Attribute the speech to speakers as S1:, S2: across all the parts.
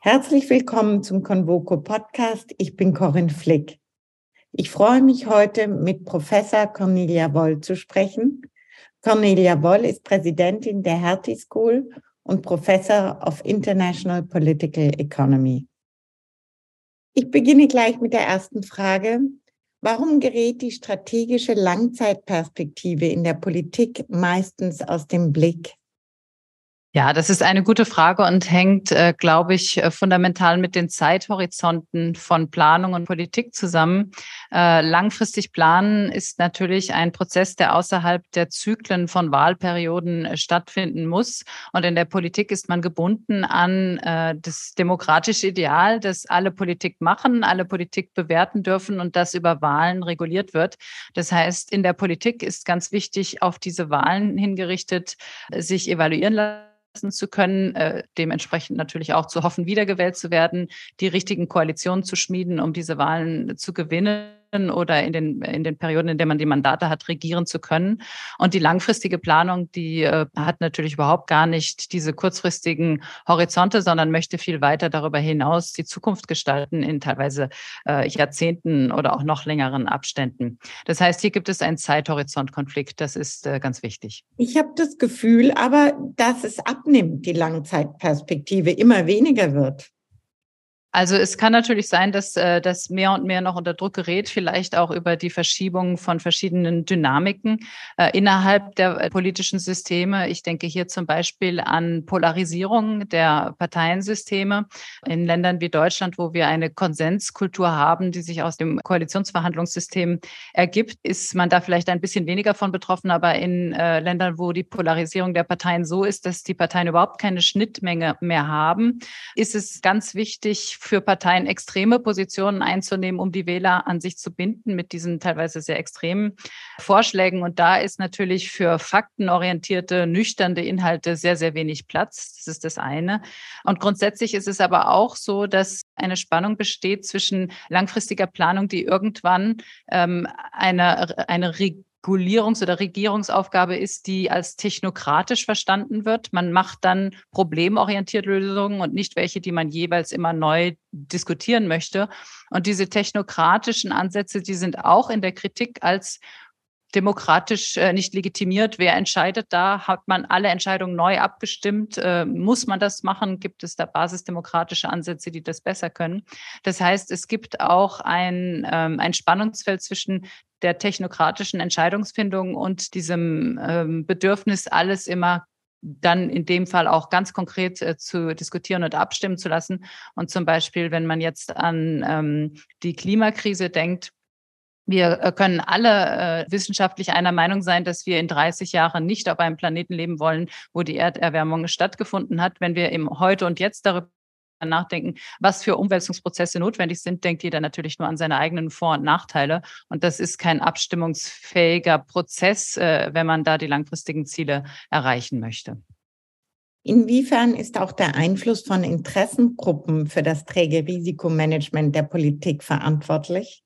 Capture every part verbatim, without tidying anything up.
S1: Herzlich willkommen zum Convoco Podcast. Ich bin Corinne Flick. Ich freue mich heute mit Professor Cornelia Woll zu sprechen. Cornelia Woll ist Präsidentin der Hertie School und Professor of International Political Economy. Ich beginne gleich mit der ersten Frage. Warum gerät die strategische Langzeitperspektive in der Politik meistens aus dem Blick?
S2: Ja, das ist eine gute Frage und hängt, äh, glaube ich, fundamental mit den Zeithorizonten von Planung und Politik zusammen. Äh, langfristig planen ist natürlich ein Prozess, der außerhalb der Zyklen von Wahlperioden äh, stattfinden muss. Und in der Politik ist man gebunden an äh, das demokratische Ideal, dass alle Politik machen, alle Politik bewerten dürfen und das über Wahlen reguliert wird. Das heißt, in der Politik ist ganz wichtig, auf diese Wahlen hingerichtet, sich evaluieren lassen zu können, äh, dementsprechend natürlich auch zu hoffen, wiedergewählt zu werden, die richtigen Koalitionen zu schmieden, um diese Wahlen zu gewinnen oder in den, in den Perioden, in denen man die Mandate hat, regieren zu können. Und die langfristige Planung, die äh, hat natürlich überhaupt gar nicht diese kurzfristigen Horizonte, sondern möchte viel weiter darüber hinaus die Zukunft gestalten in teilweise äh, Jahrzehnten oder auch noch längeren Abständen. Das heißt, hier gibt es einen Zeithorizontkonflikt. Das ist äh, ganz wichtig.
S1: Ich habe das Gefühl aber, dass es abnimmt, die Langzeitperspektive immer weniger wird.
S2: Also es kann natürlich sein, dass äh, das mehr und mehr noch unter Druck gerät, vielleicht auch über die Verschiebung von verschiedenen Dynamiken äh, innerhalb der äh, politischen Systeme. Ich denke hier zum Beispiel an Polarisierung der Parteiensysteme in Ländern wie Deutschland, wo wir eine Konsenskultur haben, die sich aus dem Koalitionsverhandlungssystem ergibt, ist man da vielleicht ein bisschen weniger von betroffen. Aber in äh, Ländern, wo die Polarisierung der Parteien so ist, dass die Parteien überhaupt keine Schnittmenge mehr haben, ist es ganz wichtig, für Parteien extreme Positionen einzunehmen, um die Wähler an sich zu binden mit diesen teilweise sehr extremen Vorschlägen. Und da ist natürlich für faktenorientierte, nüchterne Inhalte sehr, sehr wenig Platz. Das ist das eine. Und grundsätzlich ist es aber auch so, dass eine Spannung besteht zwischen langfristiger Planung, die irgendwann ähm, eine, eine Regulierungs- oder Regierungsaufgabe ist, die als technokratisch verstanden wird. Man macht dann problemorientierte Lösungen und nicht welche, die man jeweils immer neu diskutieren möchte. Und diese technokratischen Ansätze, die sind auch in der Kritik als demokratisch äh, nicht legitimiert. Wer entscheidet da? Hat man alle Entscheidungen neu abgestimmt? Äh, muss man das machen? Gibt es da basisdemokratische Ansätze, die das besser können? Das heißt, es gibt auch ein, ähm, ein Spannungsfeld zwischen der technokratischen Entscheidungsfindung und diesem ähm, Bedürfnis, alles immer dann in dem Fall auch ganz konkret äh, zu diskutieren und abstimmen zu lassen. Und zum Beispiel, wenn man jetzt an ähm, die Klimakrise denkt, wir können alle äh, wissenschaftlich einer Meinung sein, dass wir in dreißig Jahren nicht auf einem Planeten leben wollen, wo die Erderwärmung stattgefunden hat. Wenn wir im Heute und Jetzt darüber nachdenken, was für Umwälzungsprozesse notwendig sind, denkt jeder natürlich nur an seine eigenen Vor- und Nachteile. Und das ist kein abstimmungsfähiger Prozess, äh, wenn man da die langfristigen Ziele erreichen möchte.
S1: Inwiefern ist auch der Einfluss von Interessengruppen für das träge Risikomanagement der Politik verantwortlich?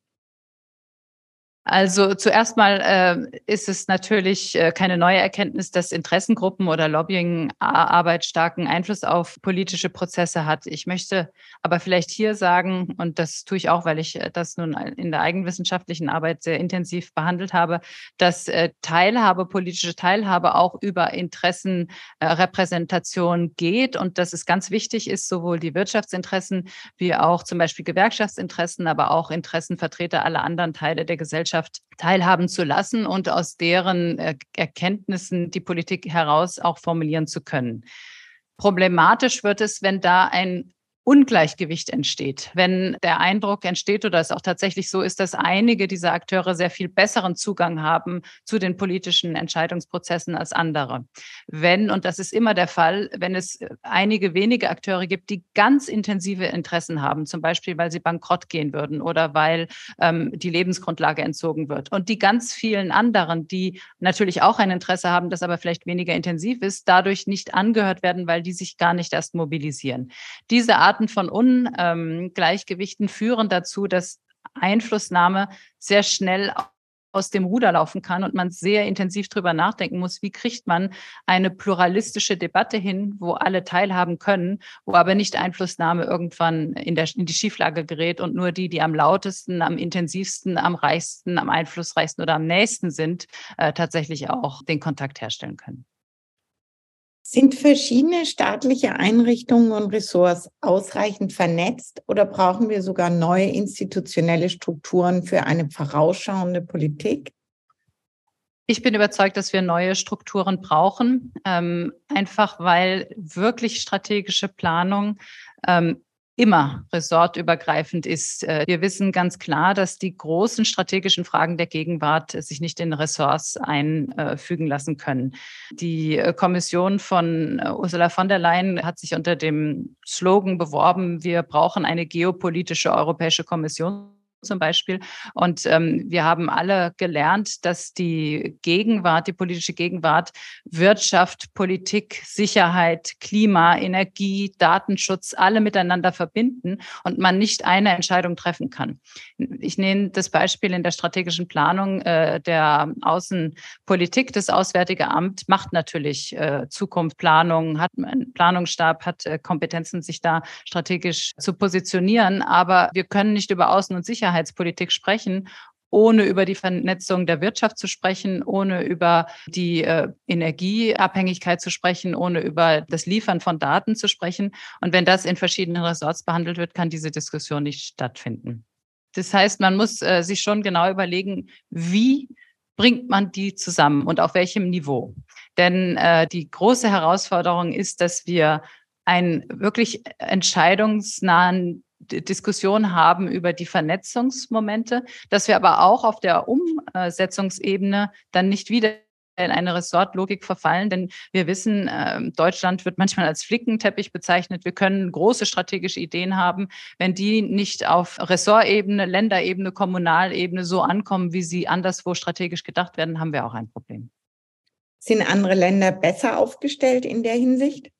S2: Also zuerst mal äh, ist es natürlich äh, keine neue Erkenntnis, dass Interessengruppen oder Lobbyingarbeit starken Einfluss auf politische Prozesse hat. Ich möchte aber vielleicht hier sagen, und das tue ich auch, weil ich das nun in der eigenwissenschaftlichen Arbeit sehr intensiv behandelt habe, dass äh, Teilhabe, politische Teilhabe auch über Interessenrepräsentation äh, geht und dass es ganz wichtig ist, sowohl die Wirtschaftsinteressen wie auch zum Beispiel Gewerkschaftsinteressen, aber auch Interessenvertreter aller anderen Teile der Gesellschaft teilhaben zu lassen und aus deren Erkenntnissen die Politik heraus auch formulieren zu können. Problematisch wird es, wenn da ein Ungleichgewicht entsteht. Wenn der Eindruck entsteht oder es auch tatsächlich so ist, dass einige dieser Akteure sehr viel besseren Zugang haben zu den politischen Entscheidungsprozessen als andere. Wenn, und das ist immer der Fall, wenn es einige wenige Akteure gibt, die ganz intensive Interessen haben, zum Beispiel, weil sie bankrott gehen würden oder weil ähm, die Lebensgrundlage entzogen wird. Und die ganz vielen anderen, die natürlich auch ein Interesse haben, das aber vielleicht weniger intensiv ist, dadurch nicht angehört werden, weil die sich gar nicht erst mobilisieren. Diese Arten von Ungleichgewichten führen dazu, dass Einflussnahme sehr schnell aus dem Ruder laufen kann und man sehr intensiv drüber nachdenken muss, wie kriegt man eine pluralistische Debatte hin, wo alle teilhaben können, wo aber nicht Einflussnahme irgendwann in, der, in die Schieflage gerät und nur die, die am lautesten, am intensivsten, am reichsten, am einflussreichsten oder am nächsten sind, äh, tatsächlich auch den Kontakt herstellen können.
S1: Sind verschiedene staatliche Einrichtungen und Ressorts ausreichend vernetzt oder brauchen wir sogar neue institutionelle Strukturen für eine vorausschauende Politik?
S2: Ich bin überzeugt, dass wir neue Strukturen brauchen, ähm, einfach weil wirklich strategische Planung ähm, immer ressortübergreifend ist. Wir wissen ganz klar, dass die großen strategischen Fragen der Gegenwart sich nicht in Ressorts einfügen lassen können. Die Kommission von Ursula von der Leyen hat sich unter dem Slogan beworben, wir brauchen eine geopolitische Europäische Kommission zum Beispiel. Und ähm, wir haben alle gelernt, dass die Gegenwart, die politische Gegenwart, Wirtschaft, Politik, Sicherheit, Klima, Energie, Datenschutz alle miteinander verbinden und man nicht eine Entscheidung treffen kann. Ich nehme das Beispiel in der strategischen Planung äh, der Außenpolitik. Das Auswärtige Amt macht natürlich äh, Zukunftsplanung, hat einen Planungsstab, hat äh, Kompetenzen, sich da strategisch zu positionieren. Aber wir können nicht über Außen- und Sicherheit Sicherheitspolitik sprechen, ohne über die Vernetzung der Wirtschaft zu sprechen, ohne über die äh, Energieabhängigkeit zu sprechen, ohne über das Liefern von Daten zu sprechen. Und wenn das in verschiedenen Ressorts behandelt wird, kann diese Diskussion nicht stattfinden. Das heißt, man muss äh, sich schon genau überlegen, wie bringt man die zusammen und auf welchem Niveau. Denn äh, die große Herausforderung ist, dass wir einen wirklich entscheidungsnahen Diskussion haben über die Vernetzungsmomente, dass wir aber auch auf der Umsetzungsebene dann nicht wieder in eine Ressortlogik verfallen, denn wir wissen, Deutschland wird manchmal als Flickenteppich bezeichnet. Wir können große strategische Ideen haben, wenn die nicht auf Ressortebene, Länderebene, Kommunalebene so ankommen, wie sie anderswo strategisch gedacht werden, haben wir auch ein Problem.
S1: Sind andere Länder besser aufgestellt in der Hinsicht?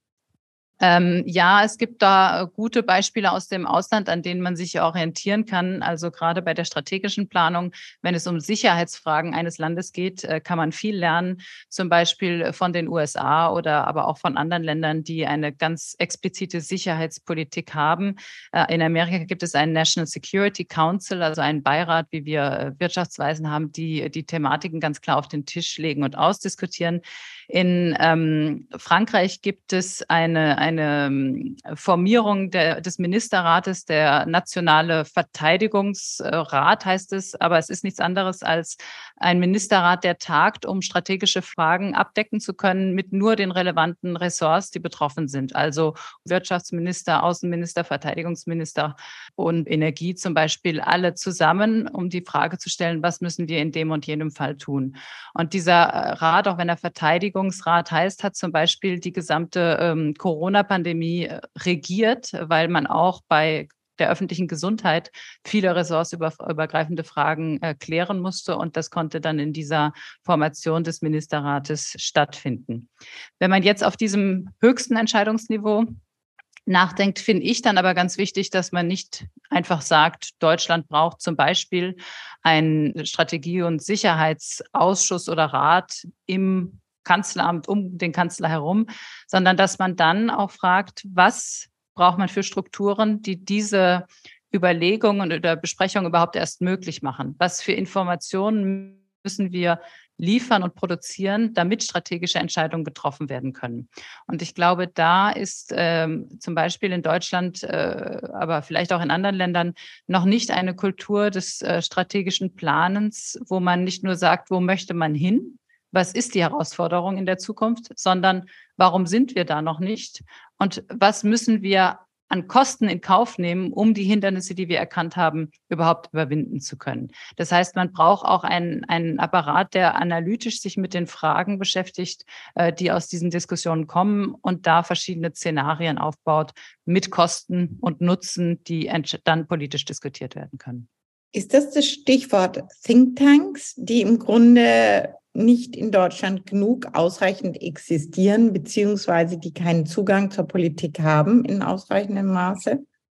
S2: Ähm, ja, es gibt da gute Beispiele aus dem Ausland, an denen man sich orientieren kann. Also gerade bei der strategischen Planung, wenn es um Sicherheitsfragen eines Landes geht, kann man viel lernen, zum Beispiel von den U S A oder aber auch von anderen Ländern, die eine ganz explizite Sicherheitspolitik haben. In Amerika gibt es einen National Security Council, also einen Beirat, wie wir Wirtschaftsweisen haben, die die Thematiken ganz klar auf den Tisch legen und ausdiskutieren. In ähm, Frankreich gibt es eine, eine Formierung der, des Ministerrates, der Nationale Verteidigungsrat heißt es, aber es ist nichts anderes als ein Ministerrat, der tagt, um strategische Fragen abdecken zu können mit nur den relevanten Ressorts, die betroffen sind. Also Wirtschaftsminister, Außenminister, Verteidigungsminister und Energie zum Beispiel alle zusammen, um die Frage zu stellen, was müssen wir in dem und jenem Fall tun. Und dieser Rat, auch wenn er Verteidigungsrat heißt, hat zum Beispiel die gesamte ähm, Corona-Pandemie regiert, weil man auch bei der öffentlichen Gesundheit viele ressortübergreifende Fragen äh, klären musste. Und das konnte dann in dieser Formation des Ministerrates stattfinden. Wenn man jetzt auf diesem höchsten Entscheidungsniveau nachdenkt, finde ich dann aber ganz wichtig, dass man nicht einfach sagt, Deutschland braucht zum Beispiel einen Strategie- und Sicherheitsausschuss oder Rat im Kanzleramt um den Kanzler herum, sondern dass man dann auch fragt, was braucht man für Strukturen, die diese Überlegungen oder Besprechungen überhaupt erst möglich machen? Was für Informationen müssen wir liefern und produzieren, damit strategische Entscheidungen getroffen werden können? Und ich glaube, da ist ähm, zum Beispiel in Deutschland, äh, aber vielleicht auch in anderen Ländern noch nicht eine Kultur des äh, strategischen Planens, wo man nicht nur sagt, wo möchte man hin? Was ist die Herausforderung in der Zukunft, sondern warum sind wir da noch nicht? Und was müssen wir an Kosten in Kauf nehmen, um die Hindernisse, die wir erkannt haben, überhaupt überwinden zu können? Das heißt, man braucht auch einen, einen Apparat, der analytisch sich mit den Fragen beschäftigt, die aus diesen Diskussionen kommen und da verschiedene Szenarien aufbaut mit Kosten und Nutzen, die dann politisch diskutiert werden können.
S1: Ist das das Stichwort Thinktanks, die im Grunde nicht in Deutschland genug ausreichend existieren, beziehungsweise die keinen Zugang zur Politik haben in ausreichendem Maße?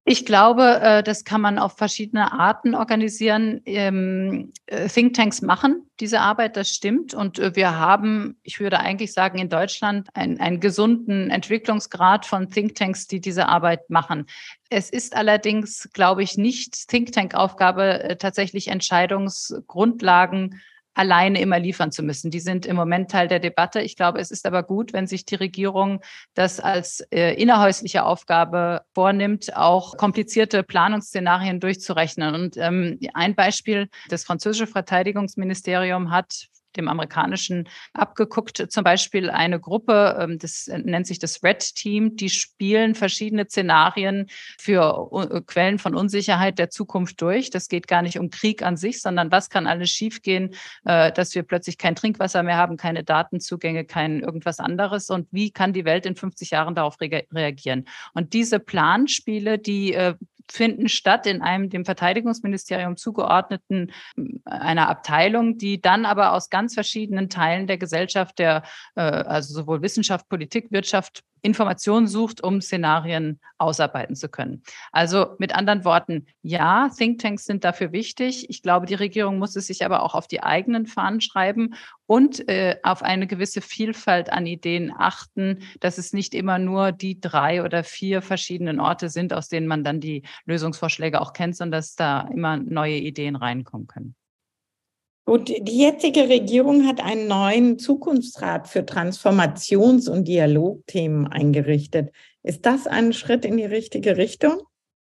S2: Ich glaube, das kann man auf verschiedene Arten organisieren. Thinktanks machen diese Arbeit, das stimmt. Und wir haben, ich würde eigentlich sagen, in Deutschland einen, einen gesunden Entwicklungsgrad von Thinktanks, die diese Arbeit machen. Es ist allerdings, glaube ich, nicht Thinktank-Aufgabe, tatsächlich Entscheidungsgrundlagen alleine immer liefern zu müssen. Die sind im Moment Teil der Debatte. Ich glaube, es ist aber gut, wenn sich die Regierung das als äh, innerhäusliche Aufgabe vornimmt, auch komplizierte Planungsszenarien durchzurechnen. Und ähm, ein Beispiel, das französische Verteidigungsministerium hat dem amerikanischen abgeguckt, zum Beispiel eine Gruppe, das nennt sich das Red Team, die spielen verschiedene Szenarien für Quellen von Unsicherheit der Zukunft durch. Das geht gar nicht um Krieg an sich, sondern was kann alles schiefgehen, dass wir plötzlich kein Trinkwasser mehr haben, keine Datenzugänge, kein irgendwas anderes und wie kann die Welt in fünfzig Jahren darauf reagieren. Und diese Planspiele, die finden statt in einem dem Verteidigungsministerium zugeordneten einer Abteilung, die dann aber aus ganz verschiedenen Teilen der Gesellschaft, der also sowohl Wissenschaft, Politik, Wirtschaft, Informationen sucht, um Szenarien ausarbeiten zu können. Also mit anderen Worten, ja, Thinktanks sind dafür wichtig. Ich glaube, die Regierung muss es sich aber auch auf die eigenen Fahnen schreiben und äh, auf eine gewisse Vielfalt an Ideen achten, dass es nicht immer nur die drei oder vier verschiedenen Orte sind, aus denen man dann die Lösungsvorschläge auch kennt, sondern dass da immer neue Ideen reinkommen können.
S1: Gut, die jetzige Regierung hat einen neuen Zukunftsrat für Transformations- und Dialogthemen eingerichtet. Ist das ein Schritt in die richtige Richtung?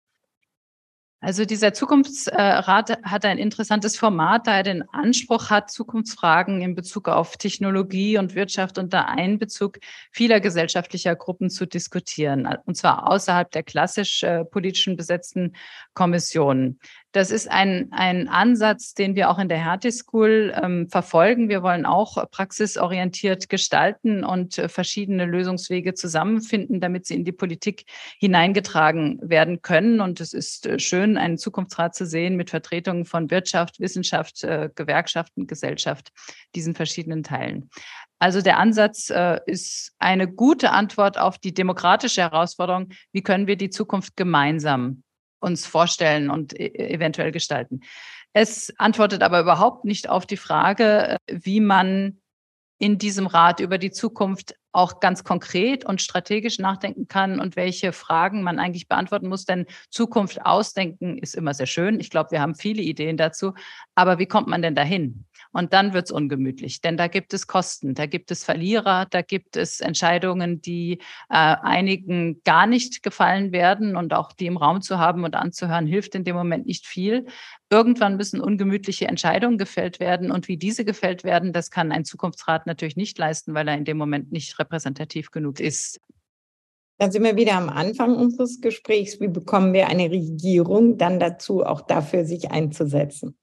S2: Also dieser Zukunftsrat hat ein interessantes Format, da er den Anspruch hat, Zukunftsfragen in Bezug auf Technologie und Wirtschaft unter Einbezug vieler gesellschaftlicher Gruppen zu diskutieren, und zwar außerhalb der klassisch äh, politischen besetzten Kommissionen. Das ist ein, ein Ansatz, den wir auch in der Hertie School ähm, verfolgen. Wir wollen auch praxisorientiert gestalten und äh, verschiedene Lösungswege zusammenfinden, damit sie in die Politik hineingetragen werden können. Und es ist äh, schön, einen Zukunftsrat zu sehen mit Vertretungen von Wirtschaft, Wissenschaft, äh, Gewerkschaften, Gesellschaft, diesen verschiedenen Teilen. Also der Ansatz äh, ist eine gute Antwort auf die demokratische Herausforderung, wie können wir die Zukunft gemeinsam uns vorstellen und eventuell gestalten. Es antwortet aber überhaupt nicht auf die Frage, wie man in diesem Rat über die Zukunft auch ganz konkret und strategisch nachdenken kann und welche Fragen man eigentlich beantworten muss. Denn Zukunft ausdenken ist immer sehr schön. Ich glaube, wir haben viele Ideen dazu. Aber wie kommt man denn dahin? Und dann wird es ungemütlich, denn da gibt es Kosten, da gibt es Verlierer, da gibt es Entscheidungen, die äh, einigen gar nicht gefallen werden und auch die im Raum zu haben und anzuhören, hilft in dem Moment nicht viel. Irgendwann müssen ungemütliche Entscheidungen gefällt werden und wie diese gefällt werden, das kann ein Zukunftsrat natürlich nicht leisten, weil er in dem Moment nicht repräsentativ genug ist.
S1: Da sind wir wieder am Anfang unseres Gesprächs. Wie bekommen wir eine Regierung dann dazu, auch dafür sich einzusetzen?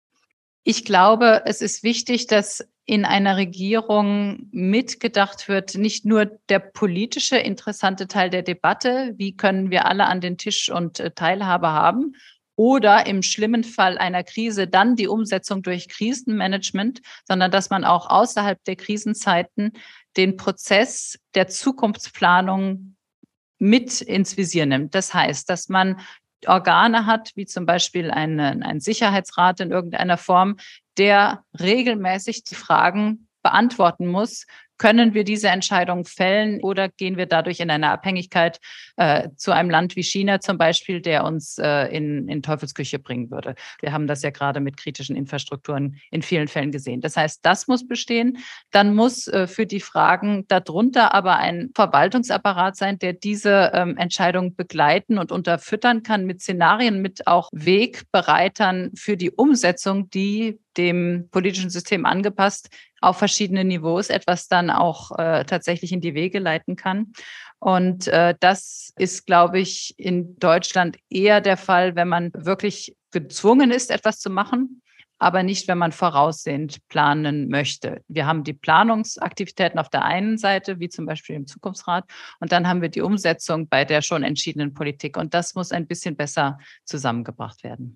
S2: Ich glaube, es ist wichtig, dass in einer Regierung mitgedacht wird, nicht nur der politische interessante Teil der Debatte, wie können wir alle an den Tisch und Teilhabe haben, oder im schlimmen Fall einer Krise dann die Umsetzung durch Krisenmanagement, sondern dass man auch außerhalb der Krisenzeiten den Prozess der Zukunftsplanung mit ins Visier nimmt. Das heißt, dass man Organe hat, wie zum Beispiel einen, einen Sicherheitsrat in irgendeiner Form, der regelmäßig die Fragen beantworten muss, können wir diese Entscheidung fällen oder gehen wir dadurch in eine Abhängigkeit äh, zu einem Land wie China zum Beispiel, der uns äh, in, in Teufelsküche bringen würde. Wir haben das ja gerade mit kritischen Infrastrukturen in vielen Fällen gesehen. Das heißt, das muss bestehen. Dann muss äh, für die Fragen darunter aber ein Verwaltungsapparat sein, der diese ähm, Entscheidung begleiten und unterfüttern kann mit Szenarien, mit auch Wegbereitern für die Umsetzung, die dem politischen System angepasst auf verschiedene Niveaus etwas dann auch äh, tatsächlich in die Wege leiten kann. Und äh, das ist, glaube ich, in Deutschland eher der Fall, wenn man wirklich gezwungen ist, etwas zu machen, aber nicht, wenn man voraussehend planen möchte. Wir haben die Planungsaktivitäten auf der einen Seite, wie zum Beispiel im Zukunftsrat, und dann haben wir die Umsetzung bei der schon entschiedenen Politik. Und das muss ein bisschen besser zusammengebracht werden.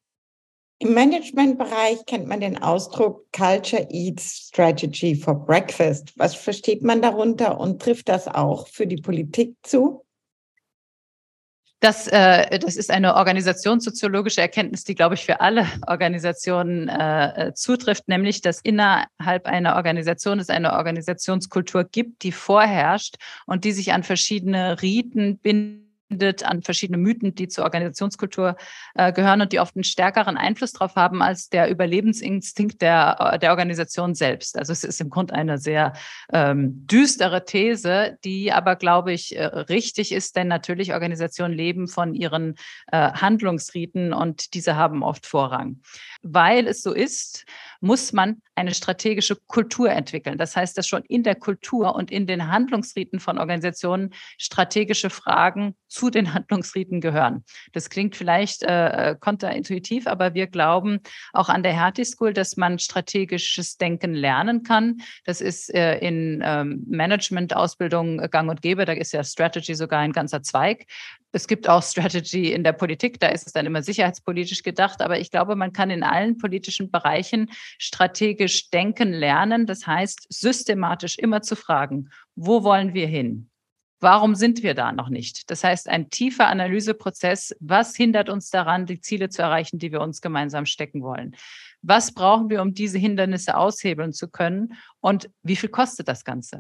S1: Im Managementbereich kennt man den Ausdruck Culture Eats Strategy for Breakfast. Was versteht man darunter und trifft das auch für die Politik zu?
S2: Das, äh, das ist eine organisationssoziologische Erkenntnis, die, glaube ich, für alle Organisationen äh, zutrifft, nämlich, dass innerhalb einer Organisation es eine Organisationskultur gibt, die vorherrscht und die sich an verschiedene Riten bindet, an verschiedene Mythen, die zur Organisationskultur äh, gehören und die oft einen stärkeren Einfluss darauf haben als der Überlebensinstinkt der, der Organisation selbst. Also es ist im Grunde eine sehr ähm, düstere These, die aber, glaube ich, äh, richtig ist, denn natürlich Organisationen leben von ihren äh, Handlungsriten und diese haben oft Vorrang. Weil es so ist, muss man eine strategische Kultur entwickeln. Das heißt, dass schon in der Kultur und in den Handlungsriten von Organisationen strategische Fragen zu den Handlungsriten gehören. Das klingt vielleicht äh, kontraintuitiv, aber wir glauben auch an der Hertie School, dass man strategisches Denken lernen kann. Das ist äh, in ähm, Management-Ausbildung gang und gäbe. Da ist ja Strategy sogar ein ganzer Zweig. Es gibt auch Strategy in der Politik, da ist es dann immer sicherheitspolitisch gedacht. Aber ich glaube, man kann in allen politischen Bereichen strategisch denken lernen. Das heißt, systematisch immer zu fragen, wo wollen wir hin? Warum sind wir da noch nicht? Das heißt, ein tiefer Analyseprozess, was hindert uns daran, die Ziele zu erreichen, die wir uns gemeinsam stecken wollen? Was brauchen wir, um diese Hindernisse aushebeln zu können? Und wie viel kostet das Ganze?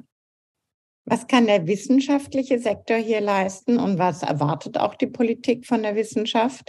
S1: Was kann der wissenschaftliche Sektor hier leisten und was erwartet auch die Politik von der Wissenschaft?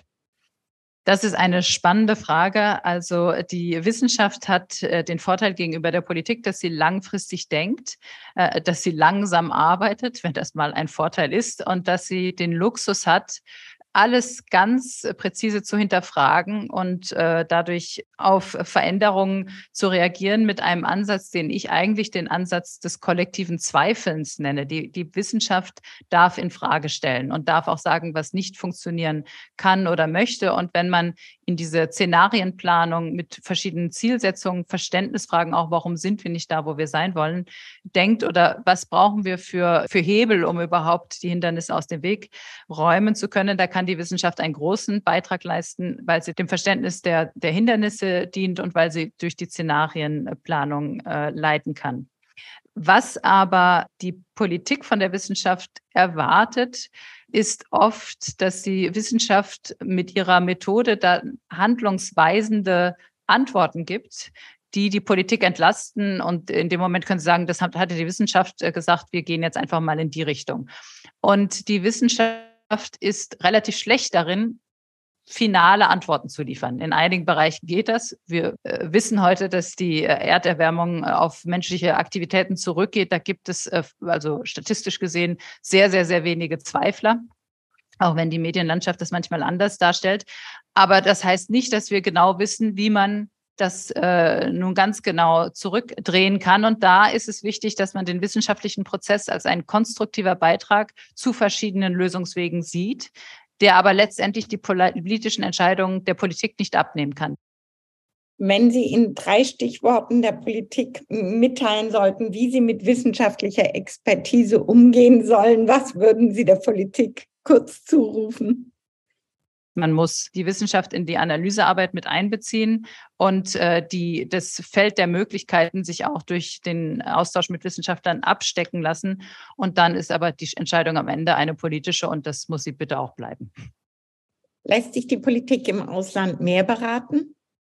S2: Das ist eine spannende Frage. Also die Wissenschaft hat äh, den Vorteil gegenüber der Politik, dass sie langfristig denkt, äh, dass sie langsam arbeitet, wenn das mal ein Vorteil ist, und dass sie den Luxus hat, alles ganz präzise zu hinterfragen und äh, dadurch auf Veränderungen zu reagieren mit einem Ansatz, den ich eigentlich den Ansatz des kollektiven Zweifelns nenne. Die, die Wissenschaft darf in Frage stellen und darf auch sagen, was nicht funktionieren kann oder möchte. Und wenn man in diese Szenarienplanung mit verschiedenen Zielsetzungen, Verständnisfragen auch, warum sind wir nicht da, wo wir sein wollen, denkt oder was brauchen wir für, für Hebel, um überhaupt die Hindernisse aus dem Weg räumen zu können, da kann die Wissenschaft einen großen Beitrag leisten, weil sie dem Verständnis der, der Hindernisse dient und weil sie durch die Szenarienplanung äh, leiten kann. Was aber die Politik von der Wissenschaft erwartet, ist oft, dass die Wissenschaft mit ihrer Methode da handlungsweisende Antworten gibt, die die Politik entlasten. Und in dem Moment können Sie sagen, das hatte die Wissenschaft gesagt, wir gehen jetzt einfach mal in die Richtung. Und die Wissenschaft ist relativ schlecht darin, finale Antworten zu liefern. In einigen Bereichen geht das. Wir äh, wissen heute, dass die äh, Erderwärmung äh, auf menschliche Aktivitäten zurückgeht. Da gibt es äh, also statistisch gesehen sehr, sehr, sehr wenige Zweifler, auch wenn die Medienlandschaft das manchmal anders darstellt. Aber das heißt nicht, dass wir genau wissen, wie man das äh, nun ganz genau zurückdrehen kann. Und da ist es wichtig, dass man den wissenschaftlichen Prozess als ein konstruktiver Beitrag zu verschiedenen Lösungswegen sieht, der aber letztendlich die politischen Entscheidungen der Politik nicht abnehmen kann.
S1: Wenn Sie in drei Stichworten der Politik mitteilen sollten, wie sie mit wissenschaftlicher Expertise umgehen sollen, was würden Sie der Politik kurz zurufen?
S2: Man muss die Wissenschaft in die Analysearbeit mit einbeziehen und äh, die, das Feld der Möglichkeiten sich auch durch den Austausch mit Wissenschaftlern abstecken lassen. Und dann ist aber die Entscheidung am Ende eine politische und das muss sie bitte auch bleiben.
S1: Lässt sich die Politik im Ausland mehr beraten?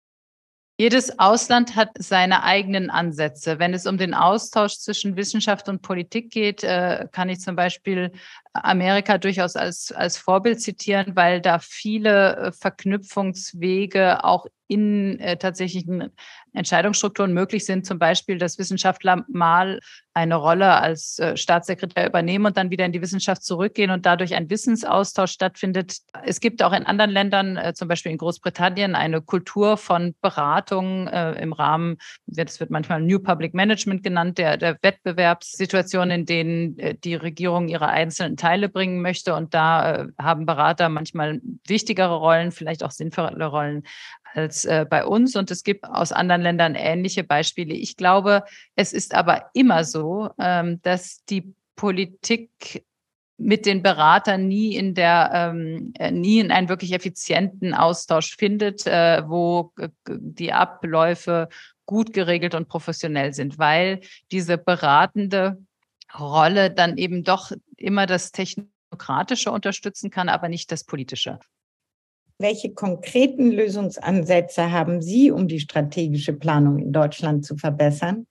S2: Jedes Ausland hat seine eigenen Ansätze. Wenn es um den Austausch zwischen Wissenschaft und Politik geht, kann ich zum Beispiel Amerika durchaus als, als Vorbild zitieren, weil da viele Verknüpfungswege auch in äh, tatsächlichen Entscheidungsstrukturen möglich sind. Zum Beispiel, dass Wissenschaftler mal eine Rolle als äh, Staatssekretär übernehmen und dann wieder in die Wissenschaft zurückgehen und dadurch ein Wissensaustausch stattfindet. Es gibt auch in anderen Ländern, äh, zum Beispiel in Großbritannien, eine Kultur von Beratung äh, im Rahmen, das wird manchmal New Public Management genannt, der, der Wettbewerbssituation, in denen äh, die Regierung ihre einzelnen Teile bringen möchte. Und da äh, haben Berater manchmal wichtigere Rollen, vielleicht auch sinnvolle Rollen als äh, bei uns. Und es gibt aus anderen Ländern ähnliche Beispiele. Ich glaube, es ist aber immer so, ähm, dass die Politik mit den Beratern nie in der ähm, nie in einen wirklich effizienten Austausch findet, äh, wo äh, die Abläufe gut geregelt und professionell sind, weil diese beratende Rolle dann eben doch immer das technische Demokratische unterstützen kann, aber nicht das Politische.
S1: Welche konkreten Lösungsansätze haben Sie, um die strategische Planung in Deutschland zu verbessern?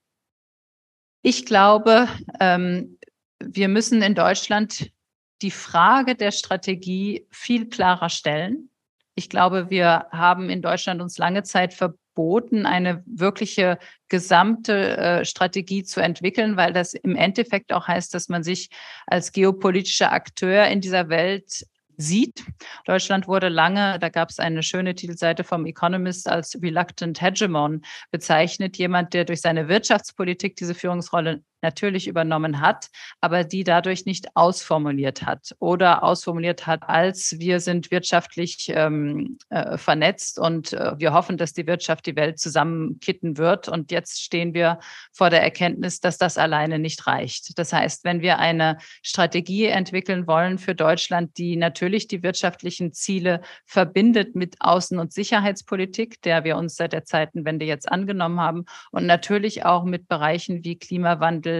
S2: Ich glaube, ähm, wir müssen in Deutschland die Frage der Strategie viel klarer stellen. Ich glaube, wir haben in Deutschland uns lange Zeit verboten, eine wirkliche gesamte äh, Strategie zu entwickeln, weil das im Endeffekt auch heißt, dass man sich als geopolitischer Akteur in dieser Welt sieht. Deutschland wurde lange, da gab es eine schöne Titelseite vom Economist, als reluctant hegemon bezeichnet, jemand, der durch seine Wirtschaftspolitik diese Führungsrolle natürlich übernommen hat, aber die dadurch nicht ausformuliert hat oder ausformuliert hat, als wir sind wirtschaftlich ähm, äh, vernetzt und äh, wir hoffen, dass die Wirtschaft die Welt zusammenkitten wird. Und jetzt stehen wir vor der Erkenntnis, dass das alleine nicht reicht. Das heißt, wenn wir eine Strategie entwickeln wollen für Deutschland, die natürlich die wirtschaftlichen Ziele verbindet mit Außen- und Sicherheitspolitik, der wir uns seit der Zeitenwende jetzt angenommen haben, und natürlich auch mit Bereichen wie Klimawandel,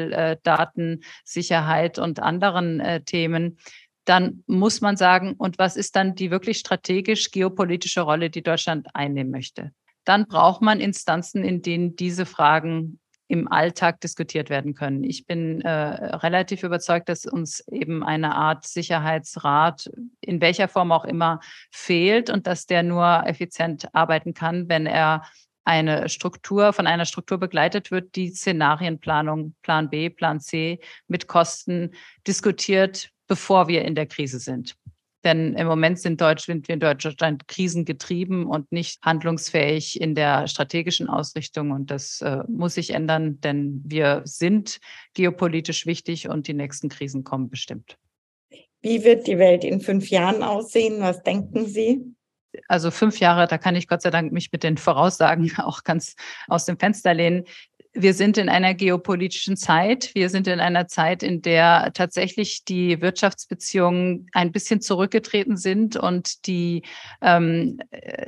S2: Datensicherheit und anderen äh, Themen, dann muss man sagen, und was ist dann die wirklich strategisch geopolitische Rolle, die Deutschland einnehmen möchte? Dann braucht man Instanzen, in denen diese Fragen im Alltag diskutiert werden können. Ich bin äh, relativ überzeugt, dass uns eben eine Art Sicherheitsrat, in welcher Form auch immer, fehlt und dass der nur effizient arbeiten kann, wenn er eine Struktur, von einer Struktur begleitet wird, die Szenarienplanung, Plan B, Plan C mit Kosten diskutiert, bevor wir in der Krise sind. Denn im Moment sind, Deutsch, sind wir in Deutschland krisengetrieben und nicht handlungsfähig in der strategischen Ausrichtung. Und das äh, muss sich ändern, denn wir sind geopolitisch wichtig und die nächsten Krisen kommen bestimmt.
S1: Wie wird die Welt in fünf Jahren aussehen? Was denken Sie?
S2: Also fünf Jahre, da kann ich Gott sei Dank mich mit den Voraussagen auch ganz aus dem Fenster lehnen. Wir sind in einer geopolitischen Zeit. Wir sind in einer Zeit, in der tatsächlich die Wirtschaftsbeziehungen ein bisschen zurückgetreten sind und die, ähm,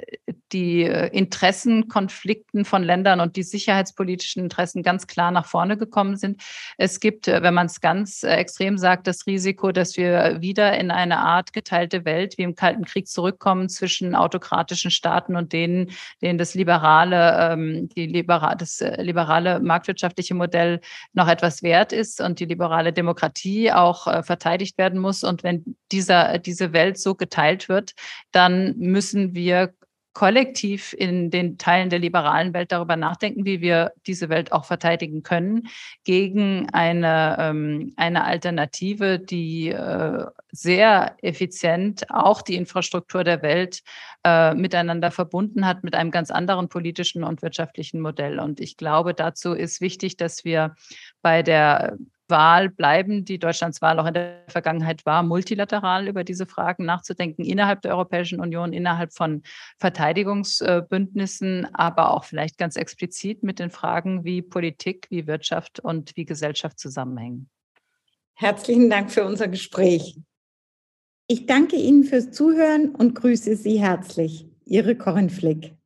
S2: die Interessenkonflikten von Ländern und die sicherheitspolitischen Interessen ganz klar nach vorne gekommen sind. Es gibt, wenn man es ganz extrem sagt, das Risiko, dass wir wieder in eine Art geteilte Welt wie im Kalten Krieg zurückkommen zwischen autokratischen Staaten und denen, denen das liberale, ähm, die libera das liberale marktwirtschaftliche Modell noch etwas wert ist und die liberale Demokratie auch äh, verteidigt werden muss. Und wenn dieser, diese Welt so geteilt wird, dann müssen wir kollektiv in den Teilen der liberalen Welt darüber nachdenken, wie wir diese Welt auch verteidigen können, gegen eine, ähm, eine Alternative, die äh, sehr effizient auch die Infrastruktur der Welt äh, miteinander verbunden hat, mit einem ganz anderen politischen und wirtschaftlichen Modell. Und ich glaube, dazu ist wichtig, dass wir bei der Wahl bleiben, die Deutschlands Wahl auch in der Vergangenheit war, multilateral über diese Fragen nachzudenken, innerhalb der Europäischen Union, innerhalb von Verteidigungsbündnissen, aber auch vielleicht ganz explizit mit den Fragen, wie Politik, wie Wirtschaft und wie Gesellschaft zusammenhängen.
S1: Herzlichen Dank für unser Gespräch. Ich danke Ihnen fürs Zuhören und grüße Sie herzlich. Ihre Corinne Flick.